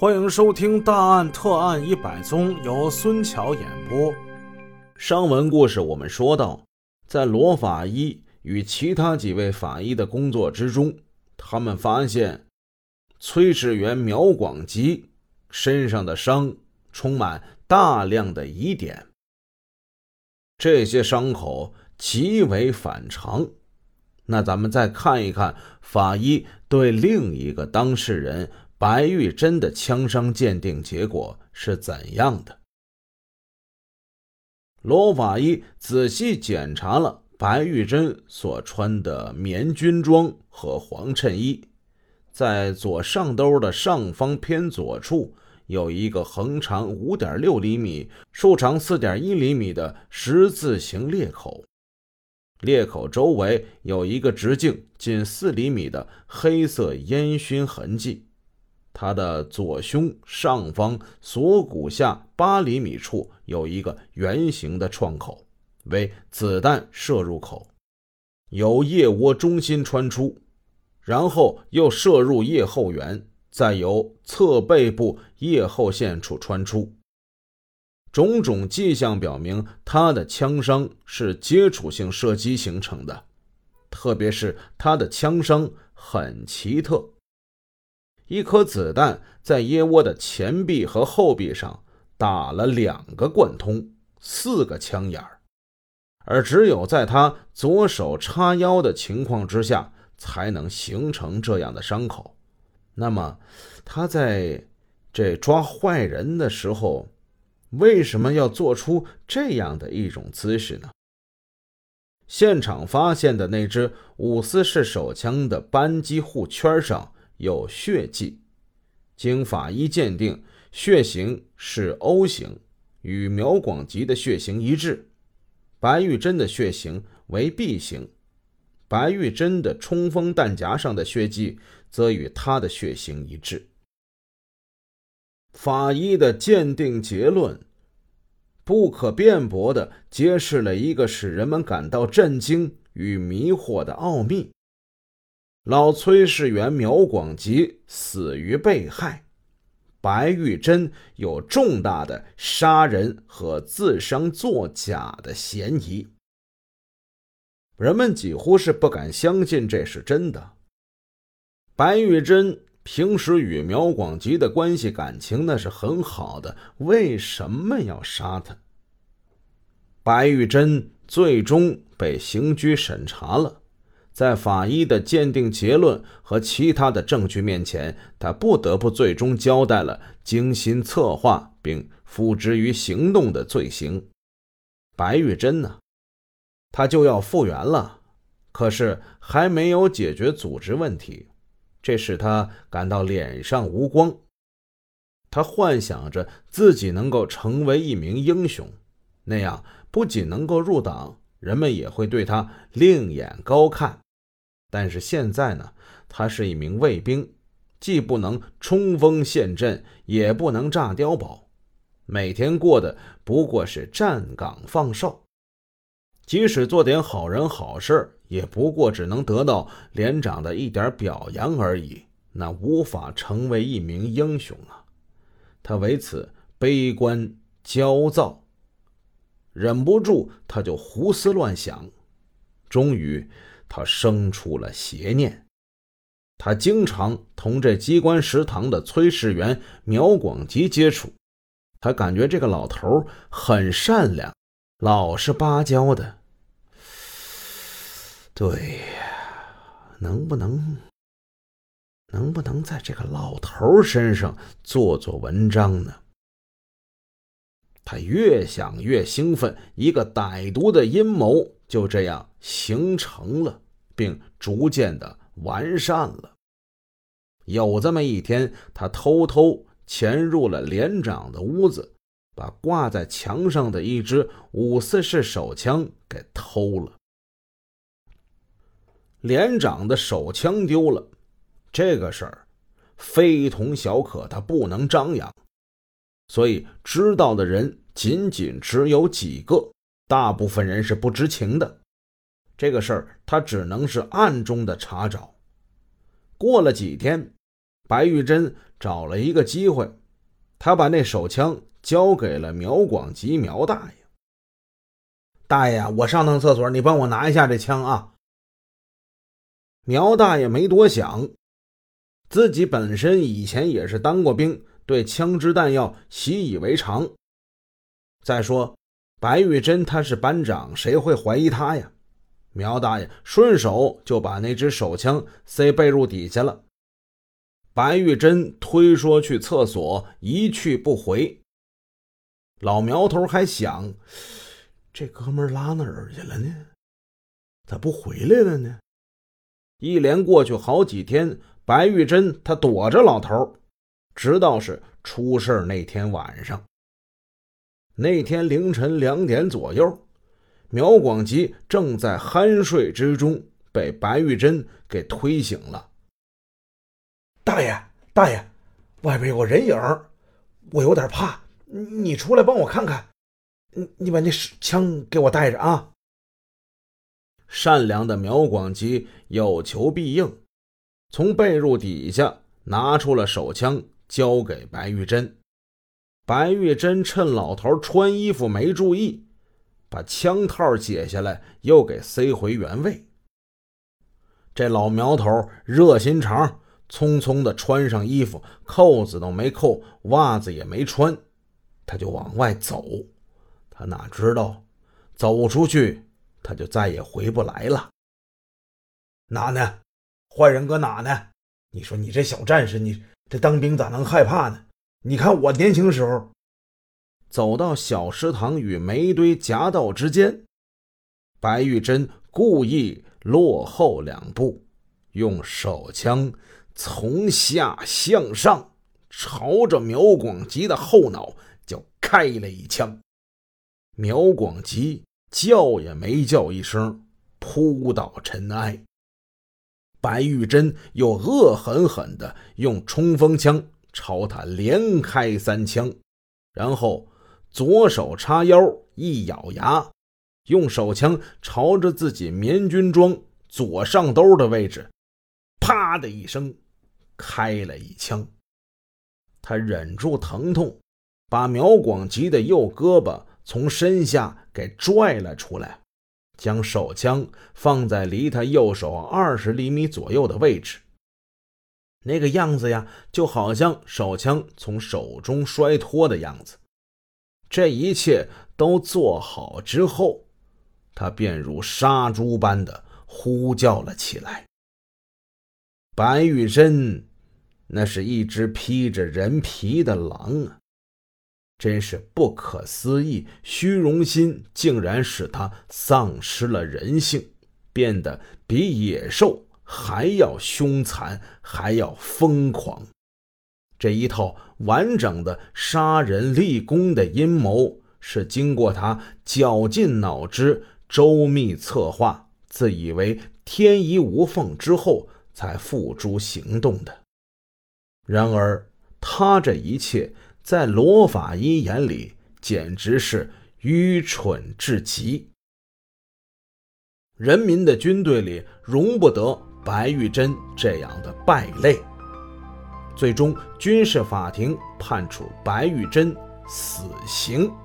欢迎收听《大案特案100宗》，由孙桥演播。 上文故事我们说到，在罗法医与其他几位法医的工作之中，他们发现炊事员苗广吉身上的伤充满大量的疑点，这些伤口极为反常。那咱们再看一看法医对另一个当事人白玉珍的枪伤鉴定结果是怎样的。罗法医仔细检查了白玉珍所穿的棉军装和黄衬衣，在左上兜的上方偏左处有一个横长 5.6 厘米、竖长 4.1 厘米的十字形裂口，裂口周围有一个直径近4厘米的黑色烟熏痕迹。他的左胸上方锁骨下8厘米处有一个圆形的创口，为子弹射入口，由腋窝中心穿出，然后又射入腋后缘，再由侧背部腋后线处穿出。种种迹象表明他的枪伤是接触性射击形成的，特别是他的枪伤很奇特。一颗子弹在腋窝的前臂和后臂上打了2个贯通，4个枪眼，而只有在他左手叉腰的情况之下才能形成这样的伤口。那么他在这抓坏人的时候为什么要做出这样的一种姿势呢？现场发现的那支544式手枪的扳机护圈上有血迹，经法医鉴定，血型是 O 型，与苗广吉的血型一致。白玉珍的血型为 B 型，白玉珍的冲锋弹夹上的血迹则与他的血型一致。法医的鉴定结论不可辩驳地揭示了一个使人们感到震惊与迷惑的奥秘。老炊事员苗广吉死于被害，白玉珍有重大的杀人和自伤作假的嫌疑。人们几乎是不敢相信这是真的。白玉珍平时与苗广吉的关系感情那是很好的，为什么要杀他？白玉珍最终被刑拘审查了，在法医的鉴定结论和其他的证据面前，他不得不最终交代了精心策划并付之于行动的罪行。白玉珍呢，他就要复原了，可是还没有解决组织问题，这使他感到脸上无光。他幻想着自己能够成为一名英雄，那样不仅能够入党，人们也会对他另眼高看。但是现在呢，他是一名卫兵，既不能冲锋陷阵，也不能炸碉堡，每天过的不过是站岗放哨，即使做点好人好事，也不过只能得到连长的一点表扬而已，那无法成为一名英雄啊！他为此悲观焦躁，忍不住他就胡思乱想。终于他生出了邪念，他经常同这机关食堂的炊事员苗广吉接触，他感觉这个老头很善良，老实巴交的。对呀，能不能在这个老头身上做做文章呢？他越想越兴奋，一个歹毒的阴谋就这样形成了，并逐渐的完善了。有这么一天，他偷偷潜入了连长的屋子，把挂在墙上的一支544式手枪给偷了。连长的手枪丢了，这个事儿非同小可，他不能张扬，所以知道的人仅只有几个，大部分人是不知情的。这个事儿他只能是暗中的查找。过了几天， 白玉珍找了一个机会，他把那手枪交给了苗广吉苗大爷。大爷，我上趟厕所，你帮我拿一下这枪啊。苗大爷没多想，自己本身以前也是当过兵，对枪支弹药习以为常。再说白玉珍他是班长，谁会怀疑他呀？苗大爷顺手就把那只手枪塞被褥底下了。白玉珍推说去厕所，一去不回。老苗头还想，这哥们拉哪儿去了呢？咋不回来了呢？一连过去好几天，白玉珍他躲着老头，直到是出事那天晚上。那天凌晨2点左右，苗广吉正在酣睡之中，被白玉珍给推醒了。大爷，大爷，外边有个人影，我有点怕，你出来帮我看看，你把那枪给我带着啊。善良的苗广吉有求必应，从被褥底下拿出了手枪，交给白玉珍。白玉珍趁老头穿衣服没注意，把枪套解下来，又给塞回原位。这老苗头热心肠，匆匆地穿上衣服，扣子都没扣，袜子也没穿，他就往外走。他哪知道走出去他就再也回不来了。哪呢？坏人搁哪呢？你说你这小战士，你这当兵咋能害怕呢？你看我年轻时候。走到小食堂与煤堆夹道之间，白玉珍故意落后2步，用手枪从下向上朝着苗广吉的后脑就开了一枪。苗广吉叫也没叫一声，扑倒尘埃。白玉珍又恶狠狠地用冲锋枪朝他连开3枪，然后左手叉腰，一咬牙，用手枪朝着自己棉军装左上兜的位置啪的一声开了一枪。他忍住疼痛，把苗广吉的右胳膊从身下给拽了出来，将手枪放在离他右手20厘米左右的位置。那个样子呀，就好像手枪从手中摔脱的样子。这一切都做好之后，他便如杀猪般的呼叫了起来。白玉珍那是一只披着人皮的狼啊，真是不可思议，虚荣心竟然使他丧失了人性，变得比野兽还要凶残，还要疯狂。这一套完整的杀人立功的阴谋是经过他绞尽脑汁、周密策划，自以为天衣无缝之后才付诸行动的。然而他这一切在罗法医眼里简直是愚蠢至极。人民的军队里容不得白玉珍这样的败类。最终军事法庭判处白玉珍死刑。